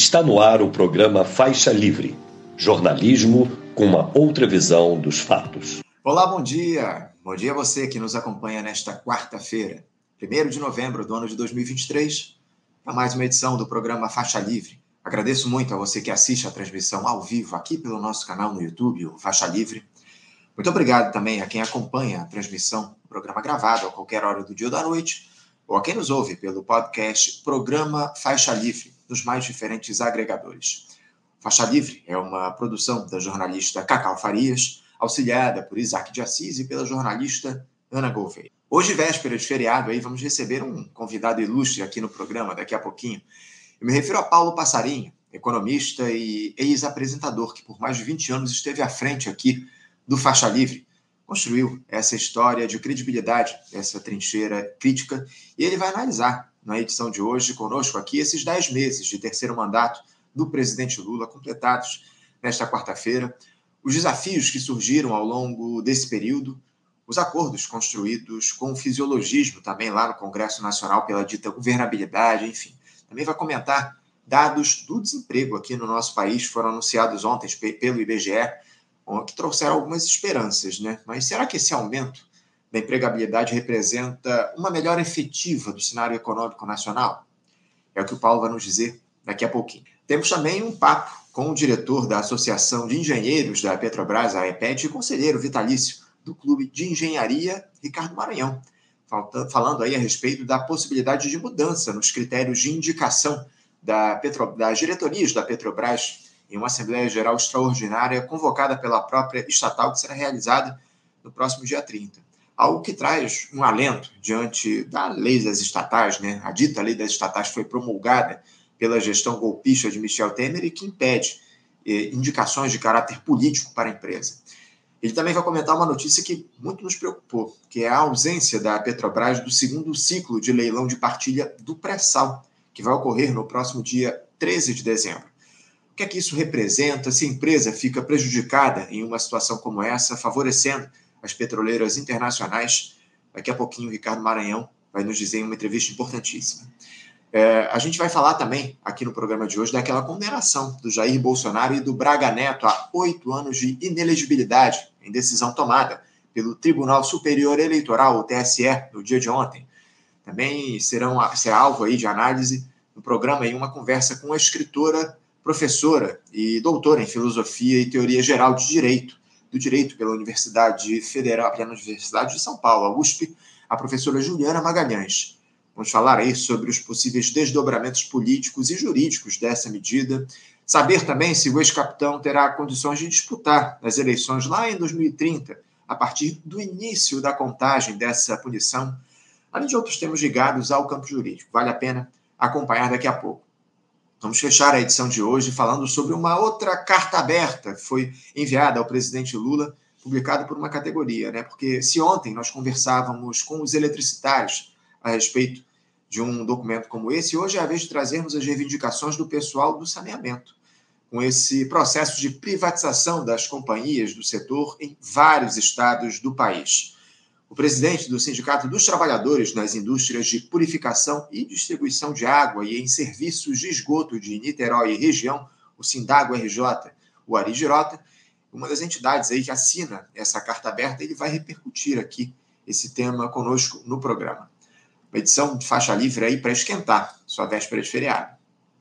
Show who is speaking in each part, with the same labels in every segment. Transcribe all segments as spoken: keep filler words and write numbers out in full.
Speaker 1: Está no ar o programa Faixa Livre, jornalismo com uma outra visão dos fatos.
Speaker 2: Olá, bom dia! Bom dia a você que nos acompanha nesta quarta-feira, primeiro de novembro do ano de dois mil e vinte e três, para mais uma edição do programa Faixa Livre. Agradeço muito a você que assiste a transmissão ao vivo aqui pelo nosso canal no YouTube, o Faixa Livre. Muito obrigado também a quem acompanha a transmissão do programa gravado a qualquer hora do dia ou da noite, ou a quem nos ouve pelo podcast Programa Faixa Livre, nos mais diferentes agregadores. Faixa Livre é uma produção da jornalista Cacau Farias, auxiliada por Isaac de Assis e pela jornalista Ana Gouveia. Hoje, véspera de feriado, aí vamos receber um convidado ilustre aqui no programa, daqui a pouquinho. Eu me refiro a Paulo Passarinho, economista e ex-apresentador, que por mais de vinte anos esteve à frente aqui do Faixa Livre. Construiu essa história de credibilidade, essa trincheira crítica, e ele vai analisar, na edição de hoje, conosco aqui, esses dez meses de terceiro mandato do presidente Lula, completados nesta quarta-feira, os desafios que surgiram ao longo desse período, os acordos construídos com fisiologismo também lá no Congresso Nacional pela dita governabilidade, enfim. Também vai comentar dados do desemprego aqui no nosso país, foram anunciados ontem pelo I B G E, que trouxeram algumas esperanças, né? Mas será que esse aumento da empregabilidade representa uma melhora efetiva do cenário econômico nacional? É o que o Paulo vai nos dizer daqui a pouquinho. Temos também um papo com o diretor da Associação de Engenheiros da Petrobras, a EPET, e conselheiro vitalício do Clube de Engenharia, Ricardo Maranhão, falando aí a respeito da possibilidade de mudança nos critérios de indicação da Petro, das diretorias da Petrobras em uma Assembleia Geral Extraordinária convocada pela própria estatal, que será realizada no próximo dia trinta. Algo que traz um alento diante da lei das estatais, né? A dita lei das estatais foi promulgada pela gestão golpista de Michel Temer e que impede eh, indicações de caráter político para a empresa. Ele também vai comentar uma notícia que muito nos preocupou, que é a ausência da Petrobras do segundo ciclo de leilão de partilha do pré-sal, que vai ocorrer no próximo dia treze de dezembro. O que é que isso representa? Se a empresa fica prejudicada em uma situação como essa, favorecendo as petroleiras internacionais? Daqui a pouquinho o Ricardo Maranhão vai nos dizer em uma entrevista importantíssima. É, a gente vai falar também, aqui no programa de hoje, daquela condenação do Jair Bolsonaro e do Braga Neto a oito anos de inelegibilidade em decisão tomada pelo Tribunal Superior Eleitoral, o T S E, no dia de ontem. Também serão, será alvo aí de análise no programa em uma conversa com a escritora, professora e doutora em Filosofia e Teoria Geral de Direito, do Direito pela Universidade Federal, pela Universidade de São Paulo, a U S P, a professora Juliana Magalhães. Vamos falar aí sobre os possíveis desdobramentos políticos e jurídicos dessa medida, saber também se o ex-capitão terá condições de disputar as eleições lá em dois mil e trinta, a partir do início da contagem dessa punição, além de outros temas ligados ao campo jurídico. Vale a pena acompanhar daqui a pouco. Vamos fechar a edição de hoje falando sobre uma outra carta aberta que foi enviada ao presidente Lula, publicada por uma categoria, né? Porque se ontem nós conversávamos com os eletricitários a respeito de um documento como esse, hoje é a vez de trazermos as reivindicações do pessoal do saneamento, com esse processo de privatização das companhias do setor em vários estados do país. O presidente do Sindicato dos Trabalhadores nas Indústrias de Purificação e Distribuição de Água e em Serviços de Esgoto de Niterói e Região, o Sindago R J, o Ari Girota, uma das entidades aí que assina essa carta aberta, ele vai repercutir aqui esse tema conosco no programa. Uma edição de Faixa Livre aí para esquentar sua véspera de feriado.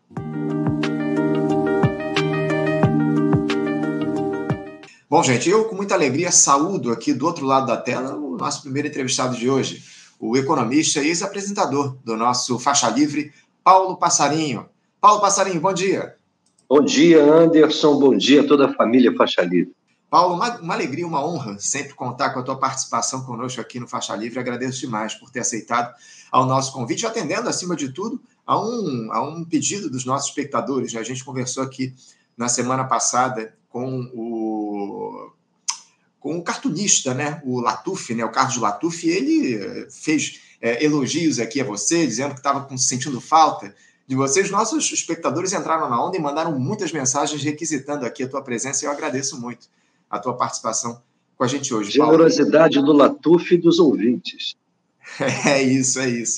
Speaker 2: Bom, gente, eu com muita alegria saúdo aqui do outro lado da tela o nosso primeiro entrevistado de hoje, o economista e ex-apresentador do nosso Faixa Livre, Paulo Passarinho. Paulo Passarinho, bom dia.
Speaker 3: Bom dia, Anderson. Bom dia a toda a família Faixa Livre.
Speaker 2: Paulo, uma, uma alegria, uma honra sempre contar com a tua participação conosco aqui no Faixa Livre. Agradeço demais por ter aceitado ao nosso convite, atendendo, acima de tudo, a um, a um pedido dos nossos espectadores. A gente conversou aqui na semana passada com o, com o cartunista, né? o Latuf, né? o Carlos Latuf, e ele fez é, elogios aqui a você, dizendo que estava sentindo falta de vocês. Nossos espectadores entraram na onda e mandaram muitas mensagens requisitando aqui a tua presença, e eu agradeço muito a tua participação com a gente hoje, Paulo.
Speaker 3: Generosidade do Latuf e dos ouvintes.
Speaker 2: É isso, é isso.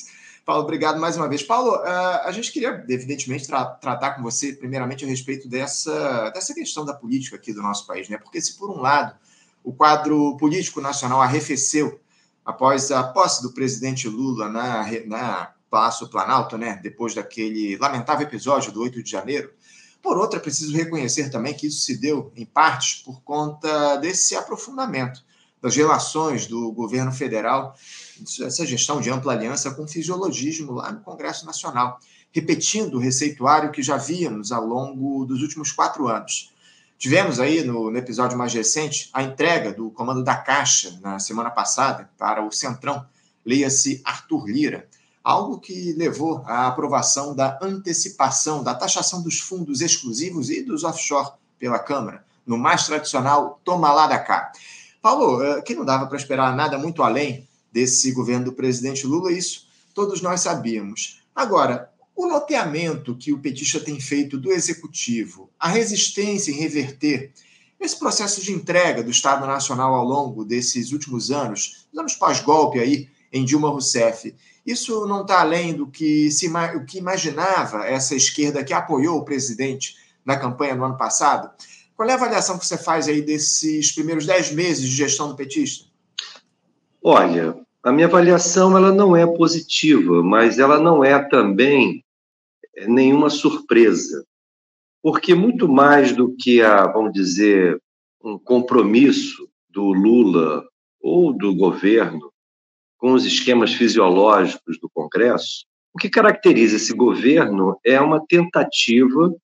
Speaker 2: Paulo, obrigado mais uma vez. Paulo, a gente queria, evidentemente, tra- tratar com você, primeiramente, a respeito dessa, dessa questão da política aqui do nosso país, né? Porque se, por um lado, o quadro político nacional arrefeceu após a posse do presidente Lula na, na Palácio Planalto, né? Depois daquele lamentável episódio do oito de janeiro, por outro, é preciso reconhecer também que isso se deu, em partes, por conta desse aprofundamento das relações do governo federal, essa gestão de ampla aliança com fisiologismo lá no Congresso Nacional, repetindo o receituário que já víamos ao longo dos últimos quatro anos. Tivemos aí, no, no episódio mais recente, a entrega do comando da Caixa, na semana passada, para o Centrão, leia-se Arthur Lira, algo que levou à aprovação da antecipação da taxação dos fundos exclusivos e dos offshore pela Câmara, no mais tradicional toma lá da cá. Paulo, que não dava para esperar nada muito além desse governo do presidente Lula, isso todos nós sabíamos. Agora, o loteamento que o petista tem feito do Executivo, a resistência em reverter esse processo de entrega do Estado Nacional ao longo desses últimos anos, os anos pós-golpe aí em Dilma Rousseff, isso não está além do que, se, o que imaginava essa esquerda que apoiou o presidente na campanha no ano passado? Qual é a avaliação que você faz aí desses primeiros dez meses de gestão do petista?
Speaker 3: Olha, a minha avaliação ela não é positiva, mas ela não é também nenhuma surpresa, porque muito mais do que a, vamos dizer, um compromisso do Lula ou do governo com os esquemas fisiológicos do Congresso, o que caracteriza esse governo é uma tentativa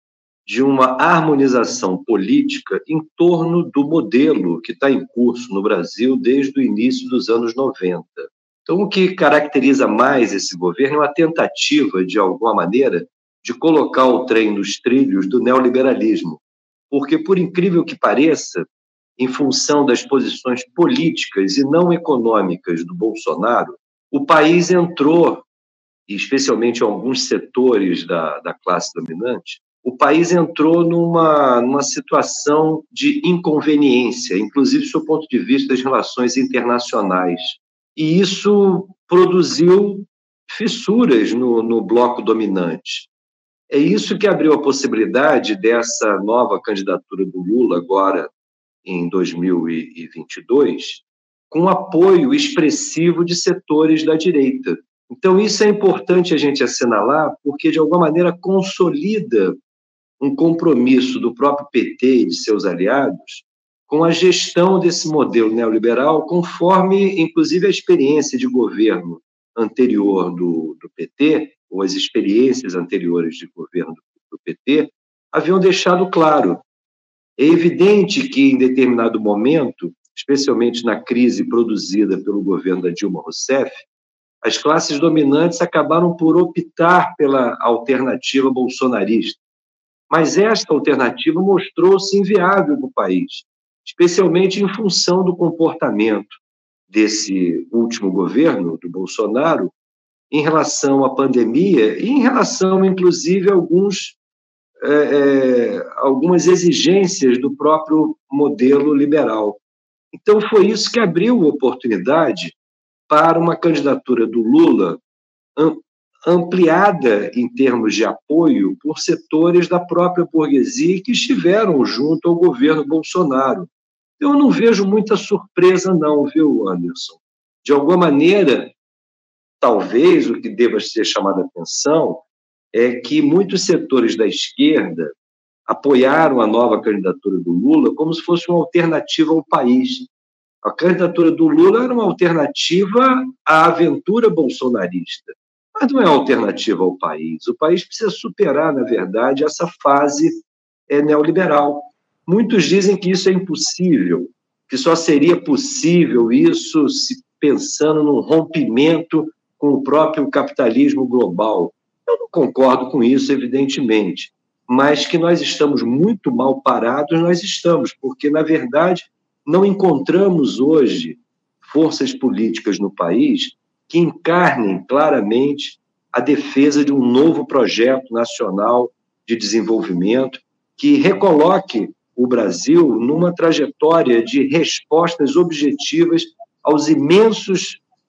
Speaker 3: de uma harmonização política em torno do modelo que está em curso no Brasil desde o início dos anos noventa. Então, o que caracteriza mais esse governo é uma tentativa, de alguma maneira, de colocar o trem nos trilhos do neoliberalismo. Porque, por incrível que pareça, em função das posições políticas e não econômicas do Bolsonaro, o país entrou, e especialmente alguns setores da, da classe dominante, o país entrou numa, numa situação de inconveniência, inclusive do seu ponto de vista das relações internacionais. E isso produziu fissuras no, no bloco dominante. É isso que abriu a possibilidade dessa nova candidatura do Lula, agora em dois mil e vinte e dois, com apoio expressivo de setores da direita. Então, isso é importante a gente assinalar, porque, de alguma maneira, consolida um compromisso do próprio P T e de seus aliados com a gestão desse modelo neoliberal, conforme, inclusive, a experiência de governo anterior do, do P T, ou as experiências anteriores de governo do P T, haviam deixado claro. É evidente que, em determinado momento, especialmente na crise produzida pelo governo da Dilma Rousseff, as classes dominantes acabaram por optar pela alternativa bolsonarista. Mas esta alternativa mostrou-se inviável para o país, especialmente em função do comportamento desse último governo, do Bolsonaro, em relação à pandemia e em relação, inclusive, a alguns, é, é, algumas exigências do próprio modelo liberal. Então, foi isso que abriu oportunidade para uma candidatura do Lula ampliada em termos de apoio por setores da própria burguesia que estiveram junto ao governo Bolsonaro. Eu não vejo muita surpresa não, viu, Anderson? De alguma maneira, talvez o que deva ser chamado a atenção é que muitos setores da esquerda apoiaram a nova candidatura do Lula como se fosse uma alternativa ao país. A candidatura do Lula era uma alternativa à aventura bolsonarista. Mas não é alternativa ao país. O país precisa superar, na verdade, essa fase é, neoliberal. Muitos dizem que isso é impossível, que só seria possível isso se pensando num rompimento com o próprio capitalismo global. Eu não concordo com isso, evidentemente, mas que nós estamos muito mal parados, nós estamos, porque, na verdade, não encontramos hoje forças políticas no país que encarnem claramente a defesa de um novo projeto nacional de desenvolvimento que recoloque o Brasil numa trajetória de respostas objetivas aos imensos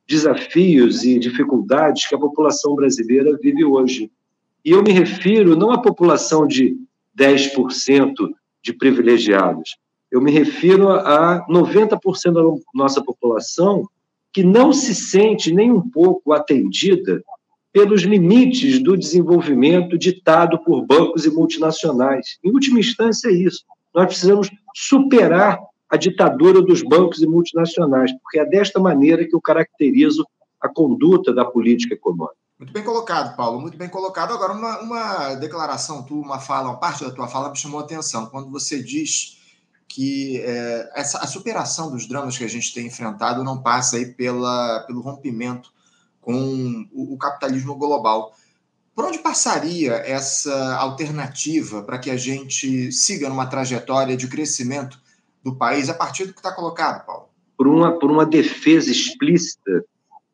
Speaker 3: desafios e dificuldades que a população brasileira vive hoje. E eu me refiro não à população de dez por cento de privilegiados, eu me refiro a noventa por cento da nossa população que não se sente nem um pouco atendida pelos limites do desenvolvimento ditado por bancos e multinacionais. Em última instância, é isso. Nós precisamos superar a ditadura dos bancos e multinacionais, porque é desta maneira que eu caracterizo a conduta da política econômica.
Speaker 2: Muito bem colocado, Paulo, muito bem colocado. Agora, uma, uma declaração, tu, uma fala, uma parte da tua fala me chamou a atenção, quando você diz que é, essa, a superação dos dramas que a gente tem enfrentado não passa aí pela, pelo rompimento com o, o capitalismo global. Por onde passaria essa alternativa para que a gente siga numa trajetória de crescimento do país a partir do que está colocado, Paulo?
Speaker 3: Por uma, por uma defesa explícita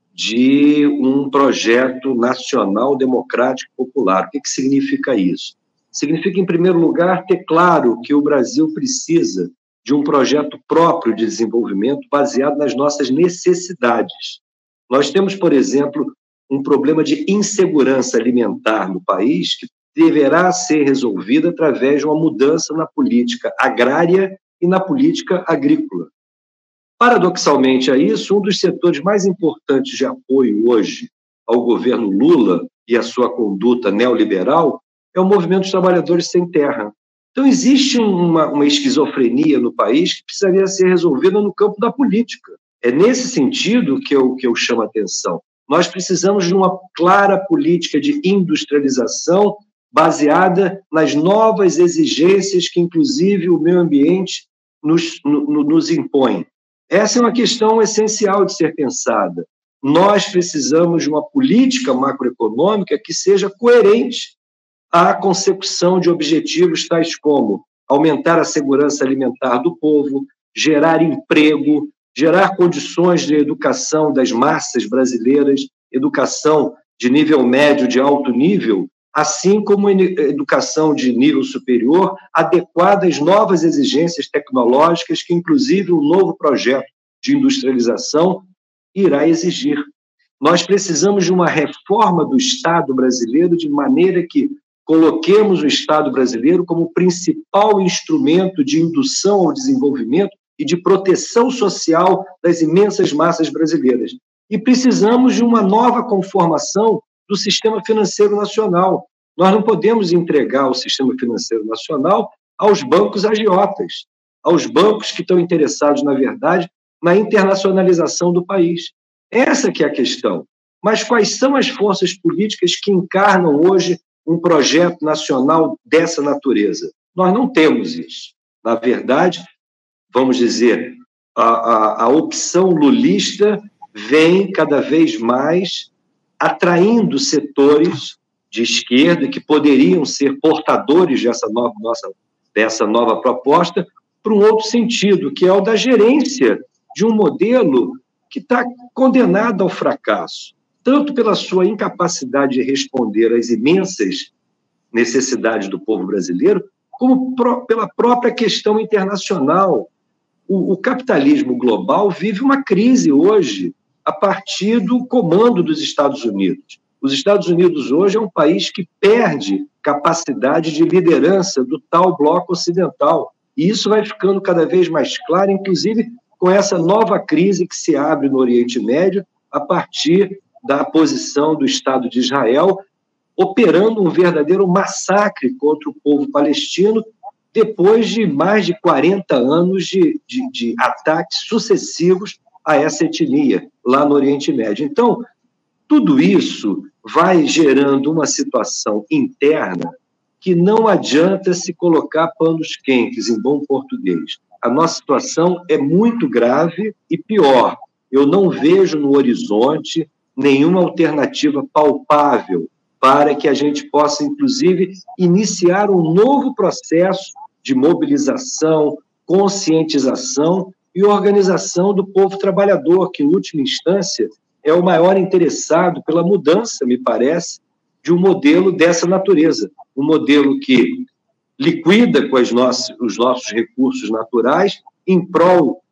Speaker 3: de um projeto nacional democrático popular. O que, que significa isso? Significa, em primeiro lugar, ter claro que o Brasil precisa de um projeto próprio de desenvolvimento baseado nas nossas necessidades. Nós temos, por exemplo, um problema de insegurança alimentar no país que deverá ser resolvido através de uma mudança na política agrária e na política agrícola. Paradoxalmente a isso, um dos setores mais importantes de apoio hoje ao governo Lula e à sua conduta neoliberal é o movimento dos trabalhadores sem terra. Então, existe uma, uma esquizofrenia no país que precisaria ser resolvida no campo da política. É nesse sentido que eu, que eu chamo a atenção. Nós precisamos de uma clara política de industrialização baseada nas novas exigências que, inclusive, o meio ambiente nos, no, nos impõe. Essa é uma questão essencial de ser pensada. Nós precisamos de uma política macroeconômica que seja coerente à consecução de objetivos tais como aumentar a segurança alimentar do povo, gerar emprego, gerar condições de educação das massas brasileiras, educação de nível médio, de alto nível, assim como educação de nível superior, adequada às novas exigências tecnológicas que, inclusive, o novo projeto de industrialização irá exigir. Nós precisamos de uma reforma do Estado brasileiro de maneira que coloquemos o Estado brasileiro como principal instrumento de indução ao desenvolvimento e de proteção social das imensas massas brasileiras. E precisamos de uma nova conformação do sistema financeiro nacional. Nós não podemos entregar o sistema financeiro nacional aos bancos agiotas, aos bancos que estão interessados, na verdade, na internacionalização do país. Essa que é a questão. Mas quais são as forças políticas que encarnam hoje um projeto nacional dessa natureza? Nós não temos isso. Na verdade, vamos dizer, a, a, a opção lulista vem cada vez mais atraindo setores de esquerda que poderiam ser portadores dessa nova, nossa, dessa nova proposta para um outro sentido, que é o da gerência de um modelo que está condenado ao fracasso, tanto pela sua incapacidade de responder às imensas necessidades do povo brasileiro, como pro, pela própria questão internacional. O, o capitalismo global vive uma crise hoje a partir do comando dos Estados Unidos. Os Estados Unidos hoje é um país que perde capacidade de liderança do tal bloco ocidental. E isso vai ficando cada vez mais claro, inclusive com essa nova crise que se abre no Oriente Médio a partir da posição do Estado de Israel, operando um verdadeiro massacre contra o povo palestino, depois de mais de quarenta anos de, de, de ataques sucessivos a essa etnia lá no Oriente Médio. Então, tudo isso vai gerando uma situação interna que não adianta se colocar panos quentes, em bom português. A nossa situação é muito grave e pior. Eu não vejo no horizonte nenhuma alternativa palpável para que a gente possa, inclusive, iniciar um novo processo de mobilização, conscientização e organização do povo trabalhador, que, em última instância, é o maior interessado pela mudança, me parece, de um modelo dessa natureza. Um modelo que liquida com as nossas, os nossos recursos naturais em prol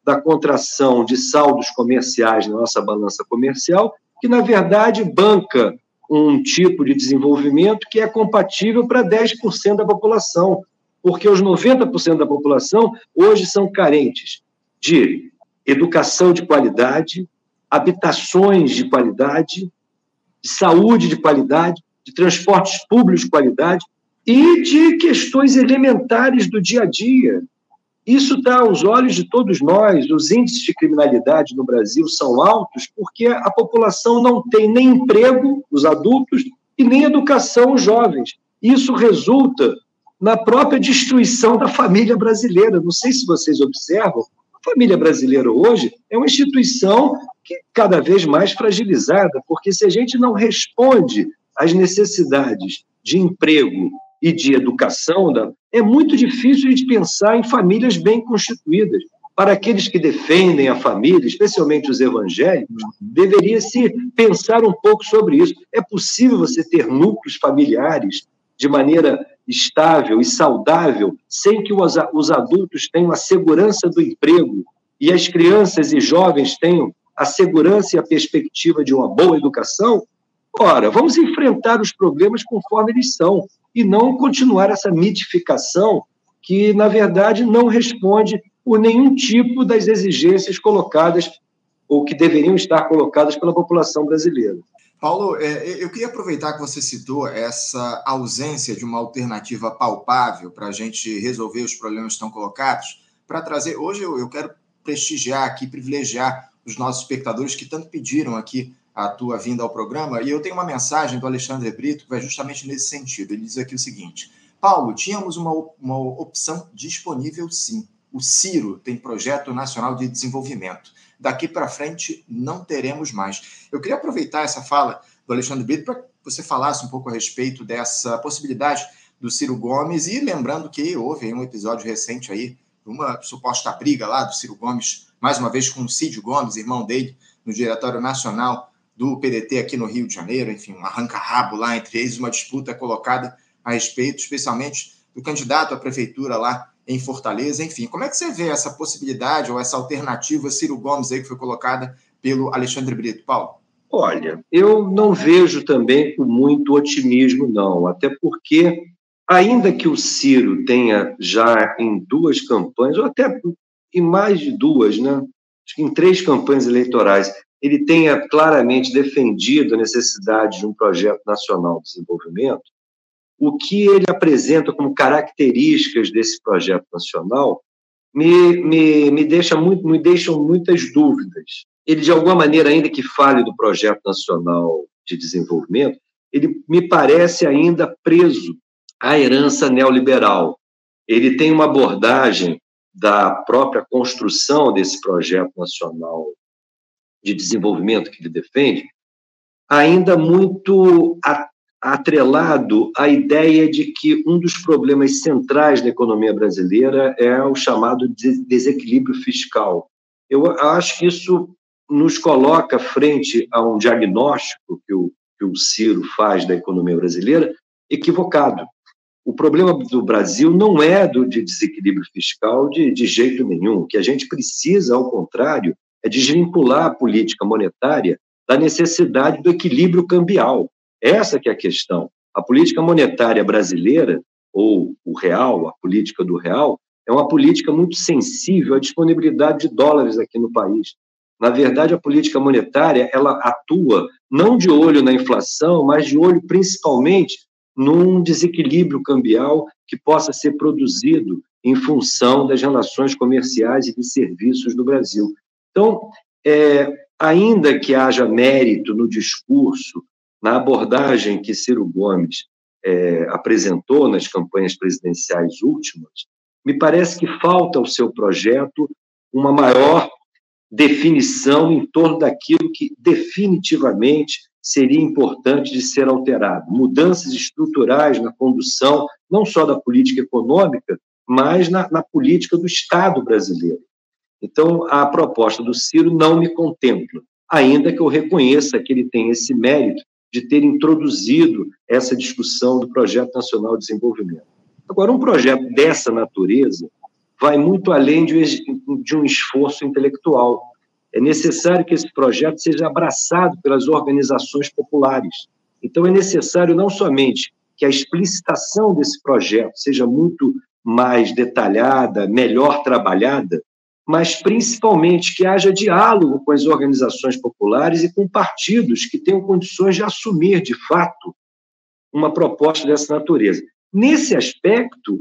Speaker 3: da contração de saldos comerciais na nossa balança comercial, que, na verdade, banca um tipo de desenvolvimento que é compatível para dez por cento da população, porque os noventa por cento da população hoje são carentes de educação de qualidade, habitações de qualidade, de saúde de qualidade, de transportes públicos de qualidade e de questões elementares do dia a dia. Isso está aos olhos de todos nós. Os índices de criminalidade no Brasil são altos porque a população não tem nem emprego, os adultos, e nem educação, os jovens. Isso resulta na própria destruição da família brasileira. Não sei se vocês observam, a família brasileira hoje é uma instituição que cada vez mais fragilizada, porque se a gente não responde às necessidades de emprego e de educação, é muito difícil a gente pensar em famílias bem constituídas. Para aqueles que defendem a família, especialmente os evangélicos, deveria se pensar um pouco sobre isso. É possível você ter núcleos familiares de maneira estável e saudável, sem que os, os adultos tenham a segurança do emprego e as crianças e jovens tenham a segurança e a perspectiva de uma boa educação? Ora, vamos enfrentar os problemas conforme eles são e não continuar essa mitificação que, na verdade, não responde por nenhum tipo das exigências colocadas ou que deveriam estar colocadas pela população brasileira.
Speaker 2: Paulo, eu queria aproveitar que você citou essa ausência de uma alternativa palpável para a gente resolver os problemas que estão colocados, para trazer... Hoje eu quero prestigiar aqui, privilegiar os nossos espectadores que tanto pediram aqui a tua vinda ao programa, e eu tenho uma mensagem do Alexandre Brito que vai justamente nesse sentido. Ele diz aqui o seguinte: Paulo, tínhamos uma, uma opção disponível sim. O Ciro tem Projeto Nacional de Desenvolvimento. Daqui para frente não teremos mais. Eu queria aproveitar essa fala do Alexandre Brito para que você falasse um pouco a respeito dessa possibilidade do Ciro Gomes, e lembrando que houve aí um episódio recente aí, uma suposta briga lá do Ciro Gomes, mais uma vez com o Cídio Gomes, irmão dele, no Diretório Nacional do P D T aqui no Rio de Janeiro, enfim, um arranca-rabo lá entre eles, uma disputa colocada a respeito, especialmente do candidato à prefeitura lá em Fortaleza, enfim. Como é que você vê essa possibilidade ou essa alternativa Ciro Gomes aí que foi colocada pelo Alexandre Brito, Paulo?
Speaker 3: Olha, eu não vejo também com muito otimismo, não, até porque, ainda que o Ciro tenha já em duas campanhas, ou até em mais de duas, né? Acho que em três campanhas eleitorais, ele tenha claramente defendido a necessidade de um projeto nacional de desenvolvimento, o que ele apresenta como características desse projeto nacional me, me, me, deixa muito, me deixam muitas dúvidas. Ele, de alguma maneira, ainda que fale do projeto nacional de desenvolvimento, ele me parece ainda preso à herança neoliberal. Ele tem uma abordagem da própria construção desse projeto nacional de desenvolvimento que ele defende, ainda muito atrelado à ideia de que um dos problemas centrais da economia brasileira é o chamado desequilíbrio fiscal. Eu acho que isso nos coloca frente a um diagnóstico que o, que o Ciro faz da economia brasileira equivocado. O problema do Brasil não é do de desequilíbrio fiscal de, de jeito nenhum. O que a gente precisa, ao contrário, é desvincular a política monetária da necessidade do equilíbrio cambial. Essa que é a questão. A política monetária brasileira, ou o real, a política do real, é uma política muito sensível à disponibilidade de dólares aqui no país. Na verdade, a política monetária ela atua não de olho na inflação, mas de olho principalmente num desequilíbrio cambial que possa ser produzido em função das relações comerciais e de serviços do Brasil. Então, é, ainda que haja mérito no discurso, na abordagem que Ciro Gomes é, apresentou nas campanhas presidenciais últimas, me parece que falta ao seu projeto uma maior definição em torno daquilo que definitivamente seria importante de ser alterado. Mudanças estruturais na condução, não só da política econômica, mas na, na política do Estado brasileiro. Então, a proposta do Ciro não me contempla, ainda que eu reconheça que ele tem esse mérito de ter introduzido essa discussão do Projeto Nacional de Desenvolvimento. Agora, um projeto dessa natureza vai muito além de, um, de um esforço intelectual. É necessário que esse projeto seja abraçado pelas organizações populares. Então, é necessário não somente que a explicitação desse projeto seja muito mais detalhada, melhor trabalhada, mas, principalmente, que haja diálogo com as organizações populares e com partidos que tenham condições de assumir, de fato, uma proposta dessa natureza. Nesse aspecto,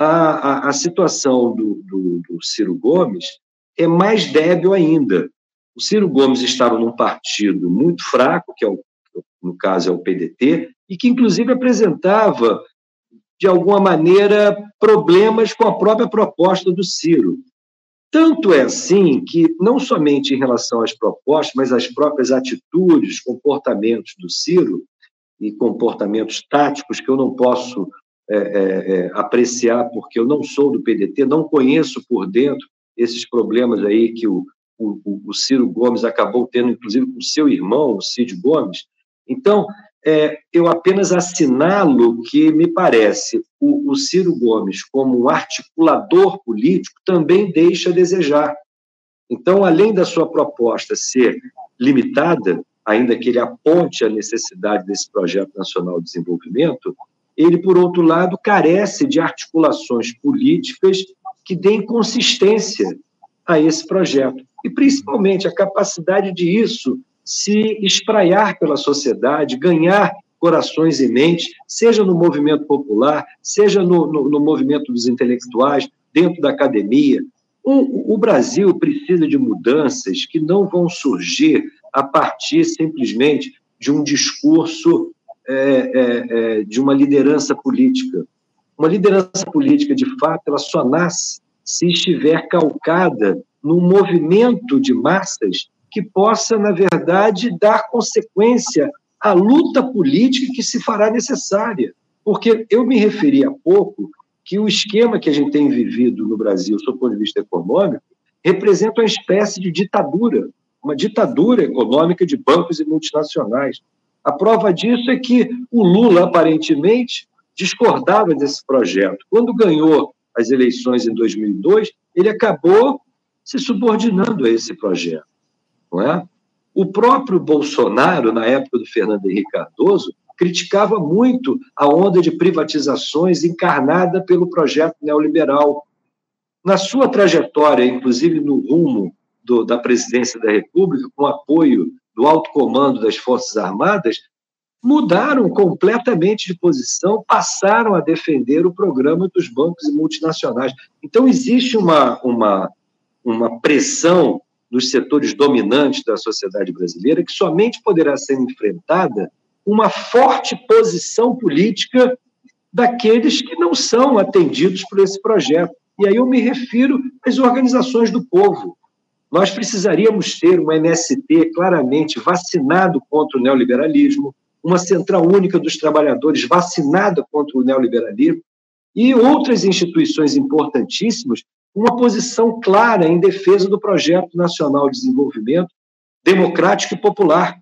Speaker 3: a, a, a situação do, do, do Ciro Gomes é mais débil ainda. O Ciro Gomes estava num partido muito fraco, que é o, no caso é o P D T, e que, inclusive, apresentava, de alguma maneira, problemas com a própria proposta do Ciro. Tanto é assim que, não somente em relação às propostas, mas às próprias atitudes, comportamentos do Ciro, e comportamentos táticos que eu não posso é, é, apreciar porque eu não sou do P D T, não conheço por dentro esses problemas aí que o, o, o Ciro Gomes acabou tendo, inclusive, com seu irmão, o Cid Gomes. Então, é, eu apenas assinalo que, me parece, o, o Ciro Gomes, como um articulador político, também deixa a desejar. Então, além da sua proposta ser limitada, ainda que ele aponte a necessidade desse projeto nacional de desenvolvimento, ele, por outro lado, carece de articulações políticas que deem consistência a esse projeto. E, principalmente, a capacidade de isso se espraiar pela sociedade, ganhar corações e mentes, seja no movimento popular, seja no, no, no movimento dos intelectuais, dentro da academia. O, o Brasil precisa de mudanças que não vão surgir a partir, simplesmente, de um discurso é, é, é, de uma liderança política. Uma liderança política, de fato, ela só nasce se estiver calcada num movimento de massas que possa, na verdade, dar consequência à luta política que se fará necessária. Porque eu me referi há pouco que o esquema que a gente tem vivido no Brasil, sob o ponto de vista econômico, representa uma espécie de ditadura, uma ditadura econômica de bancos e multinacionais. A prova disso é que o Lula, aparentemente, discordava desse projeto. Quando ganhou as eleições em dois mil e dois, ele acabou se subordinando a esse projeto. Não é? O próprio Bolsonaro, na época do Fernando Henrique Cardoso, criticava muito a onda de privatizações encarnada pelo projeto neoliberal. Na sua trajetória, inclusive no rumo do, da presidência da República, com apoio do alto comando das Forças Armadas, mudaram completamente de posição, passaram a defender o programa dos bancos e multinacionais. Então, existe uma, uma, uma pressão nos setores dominantes da sociedade brasileira que somente poderá ser enfrentada uma forte posição política daqueles que não são atendidos por esse projeto. E aí eu me refiro às organizações do povo. Nós precisaríamos ter uma M S T claramente vacinado contra o neoliberalismo, uma Central Única dos Trabalhadores vacinada contra o neoliberalismo e outras instituições importantíssimas, uma posição clara em defesa do Projeto Nacional de Desenvolvimento Democrático e Popular.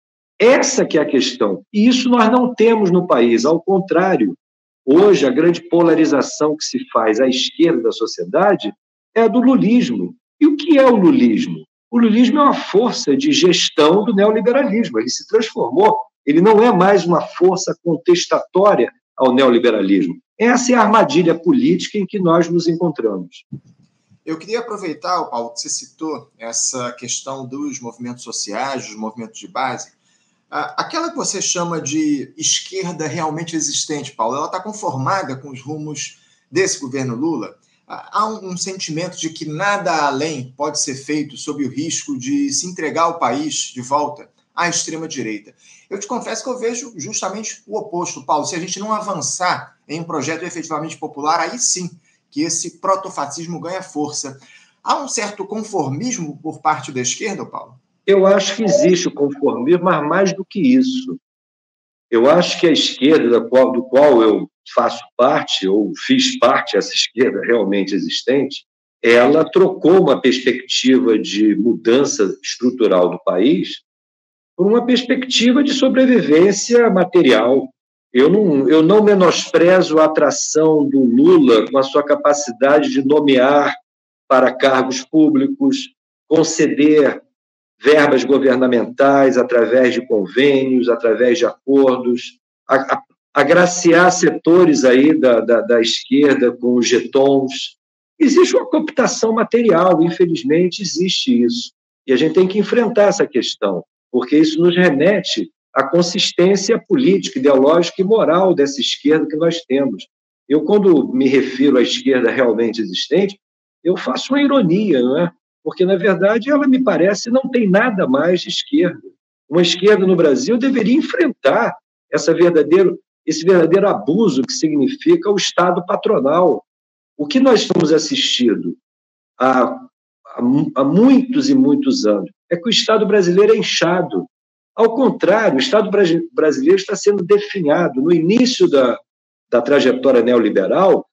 Speaker 3: Essa que é a questão. E isso nós não temos no país. Ao contrário, hoje a grande polarização que se faz à esquerda da sociedade é a do lulismo. E o que é o lulismo? O lulismo é uma força de gestão do neoliberalismo. Ele se transformou. Ele não é mais uma força contestatória ao neoliberalismo. Essa é a armadilha política em que nós nos encontramos.
Speaker 2: Eu queria aproveitar, Paulo, que você citou essa questão dos movimentos sociais, dos movimentos de base. Aquela que você chama de esquerda realmente existente, Paulo, ela está conformada com os rumos desse governo Lula? Há um sentimento de que nada além pode ser feito sob o risco de se entregar o país de volta à extrema-direita. Eu te confesso que eu vejo justamente o oposto, Paulo. Se a gente não avançar em um projeto efetivamente popular, aí sim que esse protofascismo ganha força. Há um certo conformismo por parte da esquerda, Paulo?
Speaker 3: Eu acho que existe o conformismo, mas mais do que isso. Eu acho que a esquerda, do qual, do qual eu faço parte, ou fiz parte, essa esquerda realmente existente, ela trocou uma perspectiva de mudança estrutural do país por uma perspectiva de sobrevivência material. Eu não, eu não menosprezo a atração do Lula com a sua capacidade de nomear para cargos públicos, conceder verbas governamentais através de convênios, através de acordos, a, a, agraciar setores aí da, da, da esquerda com os jetons. Existe uma cooptação material, infelizmente existe isso. E a gente tem que enfrentar essa questão, porque isso nos remete à consistência política, ideológica e moral dessa esquerda que nós temos. Eu, quando me refiro à esquerda realmente existente, eu faço uma ironia, não é? Porque, na verdade, ela me parece não tem nada mais de esquerda. Uma esquerda no Brasil deveria enfrentar essa verdadeiro, esse verdadeiro abuso que significa o Estado patronal. O que nós estamos assistindo há, há, há muitos e muitos anos é que o Estado brasileiro é inchado. Ao contrário, o Estado brasileiro está sendo definhado. No início da, da trajetória neoliberal,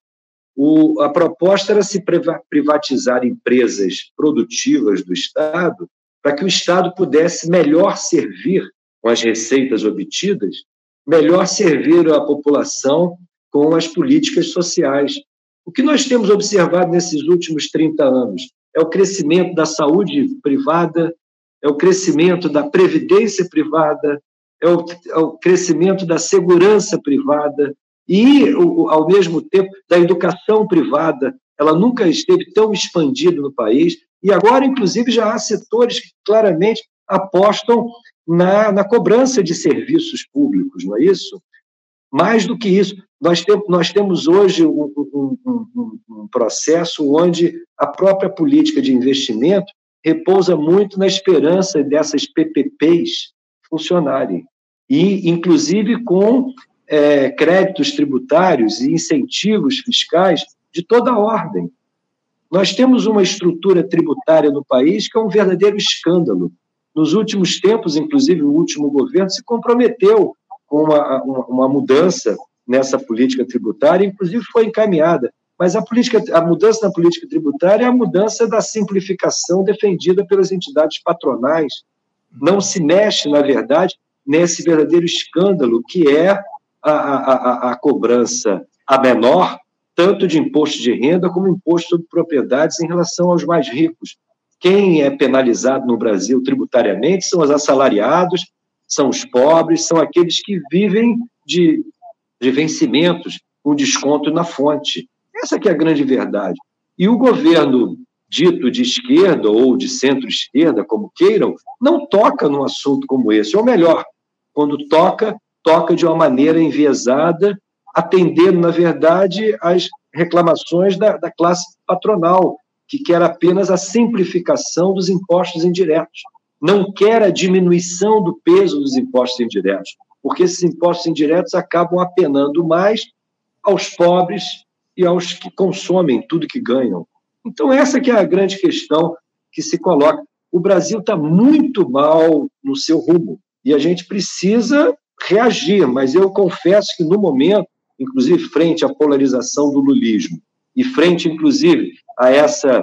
Speaker 3: O, a proposta era se privatizar empresas produtivas do Estado para que o Estado pudesse melhor servir, com as receitas obtidas, melhor servir a população com as políticas sociais. O que nós temos observado nesses últimos trinta anos é o crescimento da saúde privada, é o crescimento da previdência privada, é o, é o crescimento da segurança privada, e, ao mesmo tempo, da educação privada. Ela nunca esteve tão expandida no país, e agora, inclusive, já há setores que claramente apostam na, na cobrança de serviços públicos, não é isso? Mais do que isso, nós, tem, nós temos hoje um, um, um, um processo onde a própria política de investimento repousa muito na esperança dessas P P Ps funcionarem, e, inclusive, com É, créditos tributários e incentivos fiscais de toda a ordem. Nós temos uma estrutura tributária no país que é um verdadeiro escândalo. Nos últimos tempos, inclusive o último governo, se comprometeu com uma, uma, uma mudança nessa política tributária, inclusive foi encaminhada. Mas a, política, a mudança na política tributária é a mudança da simplificação defendida pelas entidades patronais. Não se mexe, na verdade, nesse verdadeiro escândalo que é A, a, a cobrança a menor, tanto de imposto de renda como imposto sobre propriedades em relação aos mais ricos. Quem é penalizado no Brasil tributariamente são os assalariados, são os pobres, são aqueles que vivem de, de vencimentos com desconto na fonte. Essa que é a grande verdade. E o governo dito de esquerda ou de centro-esquerda, como queiram, não toca num assunto como esse. Ou melhor, quando toca, toca de uma maneira enviesada, atendendo, na verdade, às reclamações da, da classe patronal, que quer apenas a simplificação dos impostos indiretos. Não quer a diminuição do peso dos impostos indiretos, porque esses impostos indiretos acabam apenando mais aos pobres e aos que consomem tudo que ganham. Então, essa que é a grande questão que se coloca. O Brasil está muito mal no seu rumo, e a gente precisa reagir, mas eu confesso que, no momento, inclusive frente à polarização do lulismo e frente, inclusive, a essa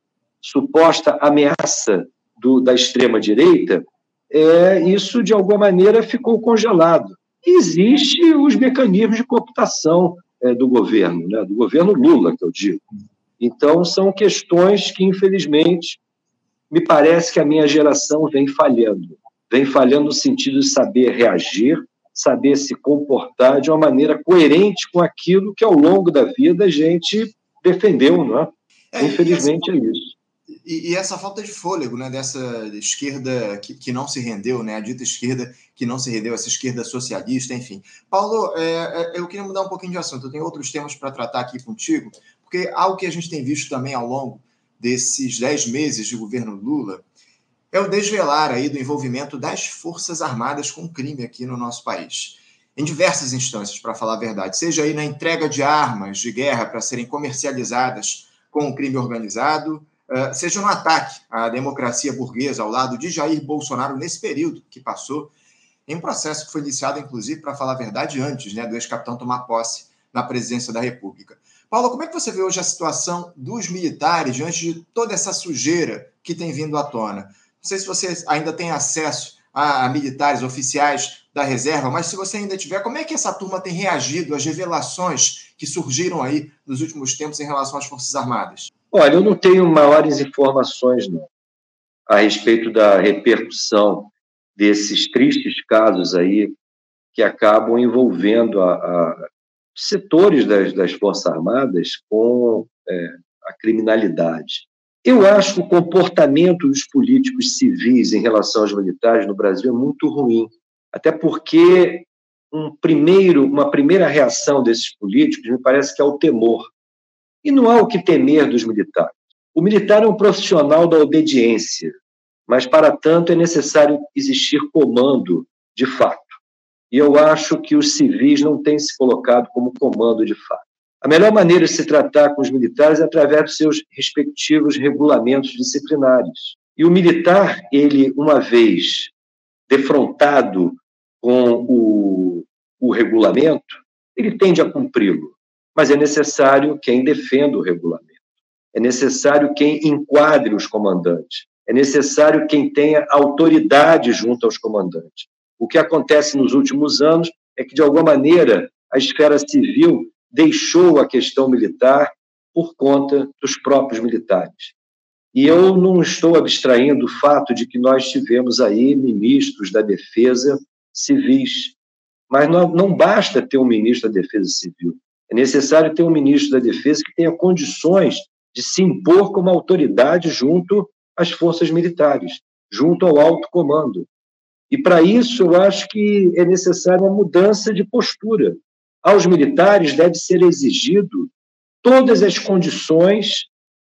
Speaker 3: suposta ameaça do, da extrema-direita, é, isso, de alguma maneira, ficou congelado. Existem os mecanismos de cooptação é, do governo, né, do governo Lula, que eu digo. Então, são questões que, infelizmente, me parece que a minha geração vem falhando. Vem falhando no sentido de saber reagir, saber se comportar de uma maneira coerente com aquilo que, ao longo da vida, a gente defendeu, não é? é Infelizmente, essa, é isso.
Speaker 2: E, e essa falta de fôlego, né, dessa esquerda que, que não se rendeu, né, a dita esquerda que não se rendeu, essa esquerda socialista, enfim. Paulo, é, eu queria mudar um pouquinho de assunto. Eu tenho outros temas para tratar aqui contigo, porque algo que a gente tem visto também ao longo desses dez meses de governo Lula é o desvelar aí do envolvimento das Forças Armadas com o crime aqui no nosso país. Em diversas instâncias, para falar a verdade, seja aí na entrega de armas de guerra para serem comercializadas com o crime organizado, seja no ataque à democracia burguesa ao lado de Jair Bolsonaro nesse período que passou, em um processo que foi iniciado, inclusive, para falar a verdade, antes, né, do ex-capitão tomar posse na presidência da República. Paulo, como é que você vê hoje a situação dos militares diante de toda essa sujeira que tem vindo à tona? Não sei se você ainda tem acesso a, a militares oficiais da reserva, mas se você ainda tiver, como é que essa turma tem reagido às revelações que surgiram aí nos últimos tempos em relação às Forças Armadas?
Speaker 3: Olha, eu não tenho maiores informações, não, a respeito da repercussão desses tristes casos aí que acabam envolvendo a, a setores das, das Forças Armadas com é, a criminalidade. Eu acho que o comportamento dos políticos civis em relação aos militares no Brasil é muito ruim, até porque um primeiro, uma primeira reação desses políticos me parece que é o temor. E não há o que temer dos militares. O militar é um profissional da obediência, mas, para tanto, é necessário existir comando de fato. E eu acho que os civis não têm se colocado como comando de fato. A melhor maneira de se tratar com os militares é através dos seus respectivos regulamentos disciplinares. E o militar, ele, uma vez defrontado com o, o regulamento, ele tende a cumpri-lo. Mas é necessário quem defenda o regulamento. É necessário quem enquadre os comandantes. É necessário quem tenha autoridade junto aos comandantes. O que acontece nos últimos anos é que, de alguma maneira, a esfera civil deixou a questão militar por conta dos próprios militares. E eu não estou abstraindo o fato de que nós tivemos aí ministros da Defesa civis. Mas não, não basta ter um ministro da Defesa Civil. É necessário ter um ministro da Defesa que tenha condições de se impor como autoridade junto às forças militares, junto ao alto comando. E, para isso, eu acho que é necessária uma mudança de postura. Aos militares deve ser exigido todas as condições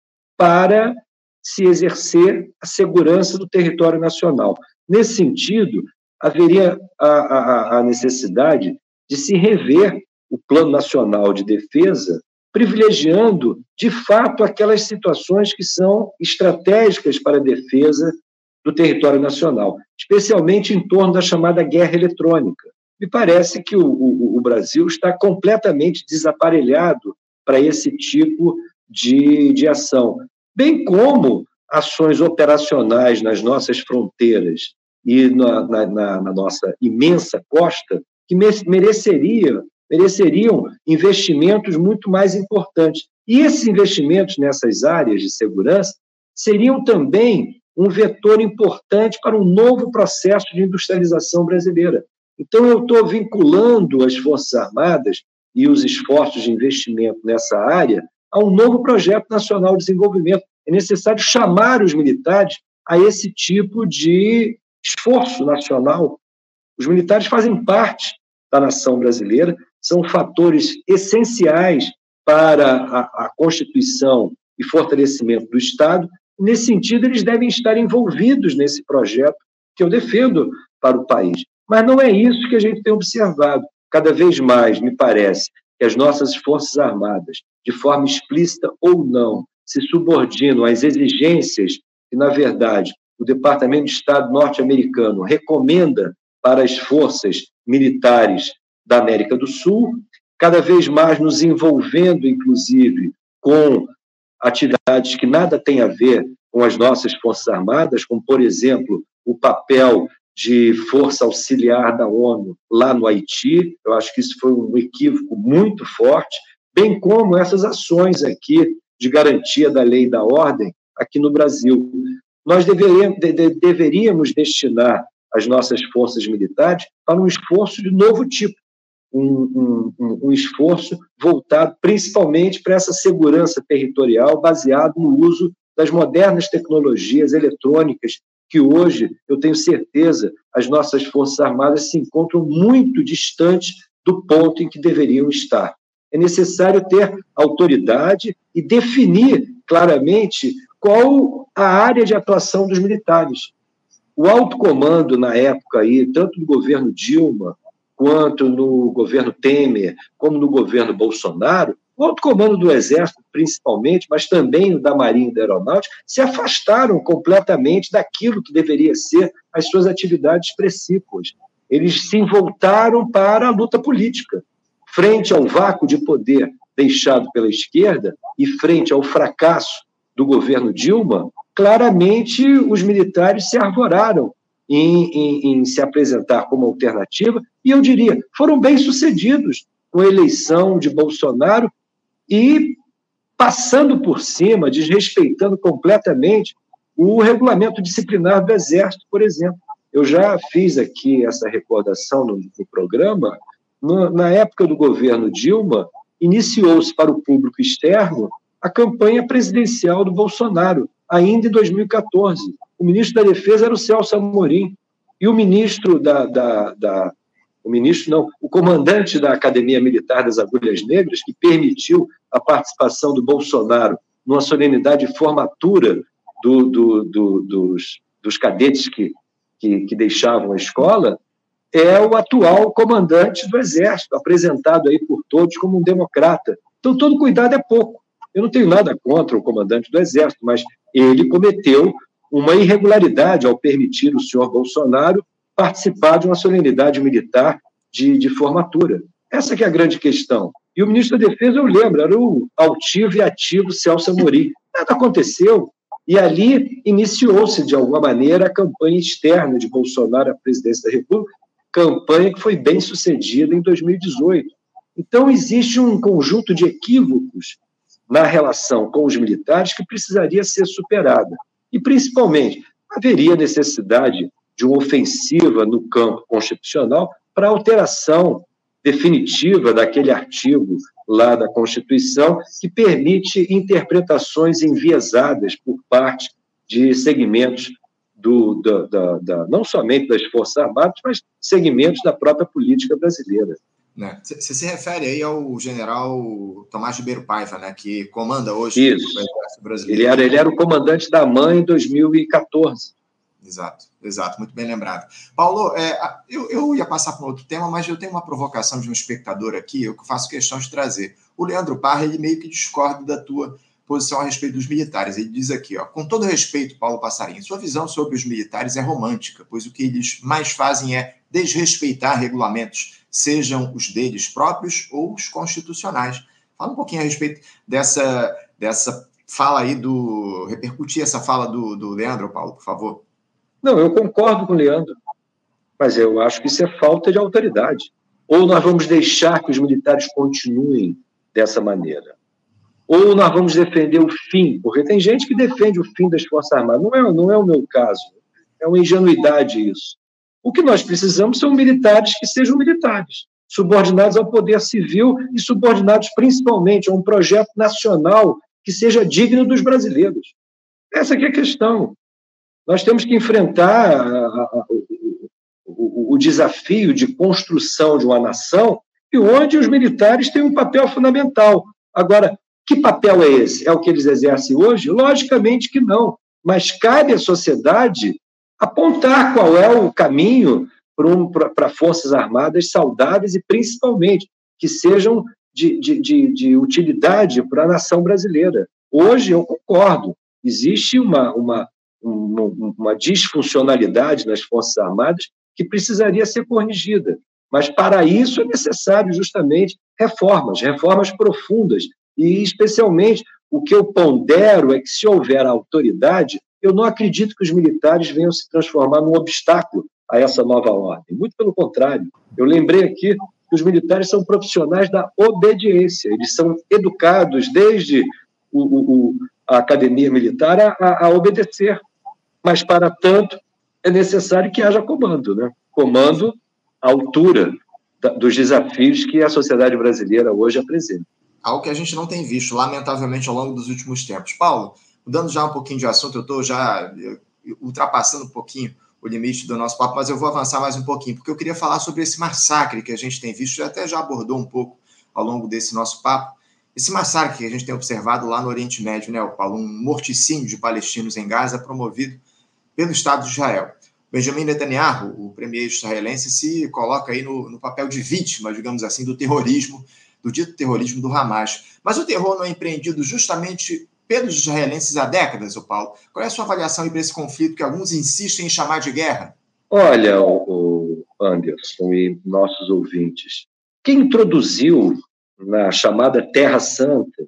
Speaker 3: para se exercer a segurança do território nacional. Nesse sentido, haveria a, a, a necessidade de se rever o Plano Nacional de Defesa, privilegiando, de fato, aquelas situações que são estratégicas para a defesa do território nacional, especialmente em torno da chamada guerra eletrônica. Me parece que o, o, o Brasil está completamente desaparelhado para esse tipo de, de ação, bem como ações operacionais nas nossas fronteiras e na, na, na nossa imensa costa, que mereceria, mereceriam investimentos muito mais importantes. E esses investimentos nessas áreas de segurança seriam também um vetor importante para um novo processo de industrialização brasileira. Então, eu estou vinculando as Forças Armadas e os esforços de investimento nessa área a um novo projeto nacional de desenvolvimento. É necessário chamar os militares a esse tipo de esforço nacional. Os militares fazem parte da nação brasileira, são fatores essenciais para a, a constituição e fortalecimento do Estado. Nesse sentido, eles devem estar envolvidos nesse projeto que eu defendo para o país. Mas não é isso que a gente tem observado. Cada vez mais, me parece, que as nossas Forças Armadas, de forma explícita ou não, se subordinam às exigências que, na verdade, o Departamento de Estado norte-americano recomenda para as forças militares da América do Sul, cada vez mais nos envolvendo, inclusive, com atividades que nada têm a ver com as nossas Forças Armadas, como, por exemplo, o papel de força auxiliar da ONU lá no Haiti. Eu acho que isso foi um equívoco muito forte, bem como essas ações aqui de garantia da lei e da ordem aqui no Brasil. Nós deveríamos, de, de, deveríamos destinar as nossas forças militares para um esforço de novo tipo, um, um, um esforço voltado principalmente para essa segurança territorial baseado no uso das modernas tecnologias eletrônicas, que hoje, eu tenho certeza, as nossas Forças Armadas se encontram muito distantes do ponto em que deveriam estar. É necessário ter autoridade e definir claramente qual a área de atuação dos militares. O alto comando, na época, aí, tanto no governo Dilma, quanto no governo Temer, como no governo Bolsonaro, o alto comando do Exército, principalmente, mas também o da Marinha e da Aeronáutica, se afastaram completamente daquilo que deveria ser as suas atividades precípuas. Eles se voltaram para a luta política. Frente ao vácuo de poder deixado pela esquerda e frente ao fracasso do governo Dilma, claramente os militares se arvoraram em, em, em se apresentar como alternativa, e eu diria, foram bem-sucedidos com a eleição de Bolsonaro e passando por cima, desrespeitando completamente o regulamento disciplinar do Exército, por exemplo. Eu já fiz aqui essa recordação no, no programa. No, na época do governo Dilma, iniciou-se para o público externo a campanha presidencial do Bolsonaro, ainda em dois mil e quatorze. O ministro da Defesa era o Celso Amorim, e o ministro da, da, da o ministro não, o comandante da Academia Militar das Agulhas Negras, que permitiu a participação do Bolsonaro numa solenidade de formatura do, do, do, dos, dos cadetes que, que, que deixavam a escola, é o atual comandante do Exército, apresentado aí por todos como um democrata. Então, todo cuidado é pouco. Eu não tenho nada contra o comandante do Exército, mas ele cometeu uma irregularidade ao permitir o senhor Bolsonaro participar de uma solenidade militar de, de formatura. Essa que é a grande questão. E o ministro da Defesa, eu lembro, era o altivo e ativo Celso Amorim. Nada aconteceu. E ali iniciou-se, de alguma maneira, a campanha externa de Bolsonaro à presidência da República, campanha que foi bem sucedida em dois mil e dezoito. Então, existe um conjunto de equívocos na relação com os militares que precisaria ser superada. E, principalmente, haveria necessidade de uma ofensiva no campo constitucional para alteração definitiva daquele artigo lá da Constituição que permite interpretações enviesadas por parte de segmentos do, da, da, da, não somente das Forças Armadas, mas segmentos da própria política brasileira.
Speaker 2: Você né? se refere aí ao general Tomás Ribeiro Paiva, né, que comanda hoje
Speaker 3: Isso.
Speaker 2: o Exército Brasileiro.
Speaker 3: Ele era, ele era o comandante da A M A N em dois mil e quatorze.
Speaker 2: Exato, exato, muito bem lembrado. Paulo, é, eu, eu ia passar para um outro tema, mas eu tenho uma provocação de um espectador aqui, eu faço questão de trazer. O Leandro Parra, ele meio que discorda da tua posição a respeito dos militares. Ele diz aqui, ó, com todo respeito, Paulo Passarinho, sua visão sobre os militares é romântica, pois o que eles mais fazem é desrespeitar regulamentos, sejam os deles próprios ou os constitucionais. Fala um pouquinho a respeito dessa, dessa fala aí, do repercutir essa fala do, do Leandro, Paulo, por favor.
Speaker 3: Não, eu concordo com o Leandro, mas eu acho que isso é falta de autoridade. Ou nós vamos deixar que os militares continuem dessa maneira, ou nós vamos defender o fim, porque tem gente que defende o fim das Forças Armadas. Não é, não é o meu caso, é uma ingenuidade isso. O que nós precisamos são militares que sejam militares, subordinados ao poder civil e subordinados principalmente a um projeto nacional que seja digno dos brasileiros. Essa aqui é a questão. Nós temos que enfrentar a, a, a, o, o, o desafio de construção de uma nação e onde os militares têm um papel fundamental. Agora, que papel é esse? É o que eles exercem hoje? Logicamente que não, mas cabe à sociedade apontar qual é o caminho para Forças Armadas saudáveis e, principalmente, que sejam de, de, de, de utilidade para a nação brasileira. Hoje, eu concordo, existe uma, uma, uma, uma disfuncionalidade nas Forças Armadas que precisaria ser corrigida, mas, para isso, é necessário, justamente, reformas, reformas profundas, e, especialmente, o que eu pondero é que, se houver autoridade, eu não acredito que os militares venham se transformar num obstáculo a essa nova ordem. Muito pelo contrário. Eu lembrei aqui que os militares são profissionais da obediência. Eles são educados desde o, o, a academia militar a, a obedecer. Mas, para tanto, é necessário que haja comando, né? Comando à altura da, dos desafios que a sociedade brasileira hoje apresenta.
Speaker 2: Algo que a gente não tem visto, lamentavelmente, ao longo dos últimos tempos. Paulo, mudando já um pouquinho de assunto, eu estou já ultrapassando um pouquinho o limite do nosso papo, mas eu vou avançar mais um pouquinho, porque eu queria falar sobre esse massacre que a gente tem visto, já até já abordou um pouco ao longo desse nosso papo, esse massacre que a gente tem observado lá no Oriente Médio, né, Paulo? Um morticínio de palestinos em Gaza promovido pelo Estado de Israel. Benjamin Netanyahu, o premier israelense, se coloca aí no, no papel de vítima, digamos assim, do terrorismo, do dito terrorismo do Hamas. Mas o terror não é empreendido justamente pelos israelenses há décadas, ô Paulo. Qual é a sua avaliação para esse conflito que alguns insistem em chamar de guerra?
Speaker 3: Olha, o Anderson e nossos ouvintes, quem introduziu na chamada Terra Santa,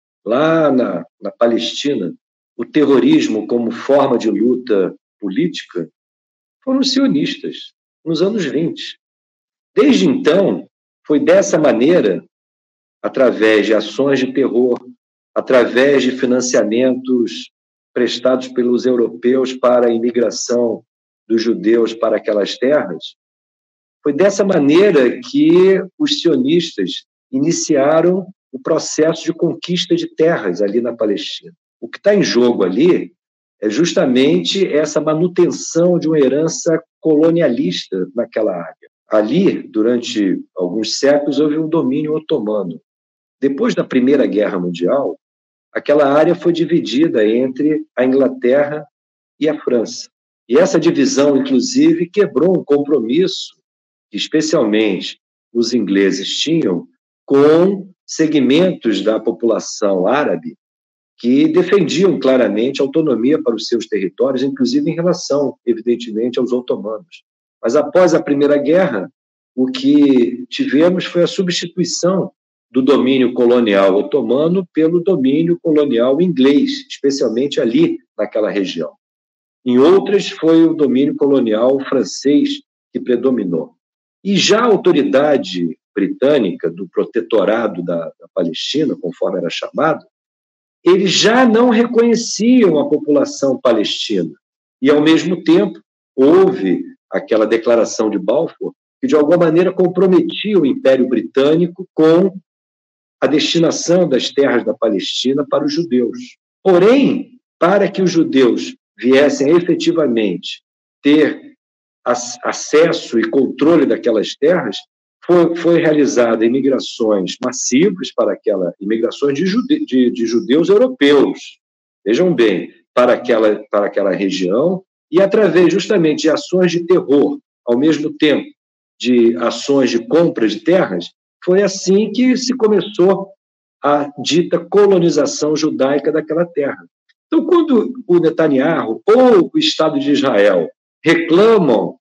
Speaker 3: lá na, na Palestina, o terrorismo como forma de luta política, foram os sionistas, nos anos vinte. Desde então, foi dessa maneira, através de ações de terror, através de financiamentos prestados pelos europeus para a imigração dos judeus para aquelas terras, foi dessa maneira que os sionistas iniciaram o processo de conquista de terras ali na Palestina. O que está em jogo ali é justamente essa manutenção de uma herança colonialista naquela área. Ali, durante alguns séculos, houve um domínio otomano. Depois da Primeira Guerra Mundial, aquela área foi dividida entre a Inglaterra e a França. E essa divisão, inclusive, quebrou um compromisso que, especialmente, os ingleses tinham com segmentos da população árabe que defendiam claramente a autonomia para os seus territórios, inclusive em relação, evidentemente, aos otomanos. Mas, após a Primeira Guerra, o que tivemos foi a substituição do domínio colonial otomano pelo domínio colonial inglês, especialmente ali naquela região. Em outras, foi o domínio colonial francês que predominou. E já a autoridade britânica, do protetorado da, da Palestina, conforme era chamado, eles já não reconheciam a população palestina. E, ao mesmo tempo, houve aquela declaração de Balfour que, de alguma maneira, comprometia o Império Britânico com a destinação das terras da Palestina para os judeus. Porém, para que os judeus viessem a efetivamente ter acesso e controle daquelas terras, foi, foi realizada imigrações massivas para aquela imigrações de, jude, de, de judeus europeus, vejam bem, para aquela, para aquela região, e através justamente de ações de terror, ao mesmo tempo de ações de compra de terras, foi assim que se começou a dita colonização judaica daquela terra. Então, quando o Netanyahu ou o Estado de Israel reclamam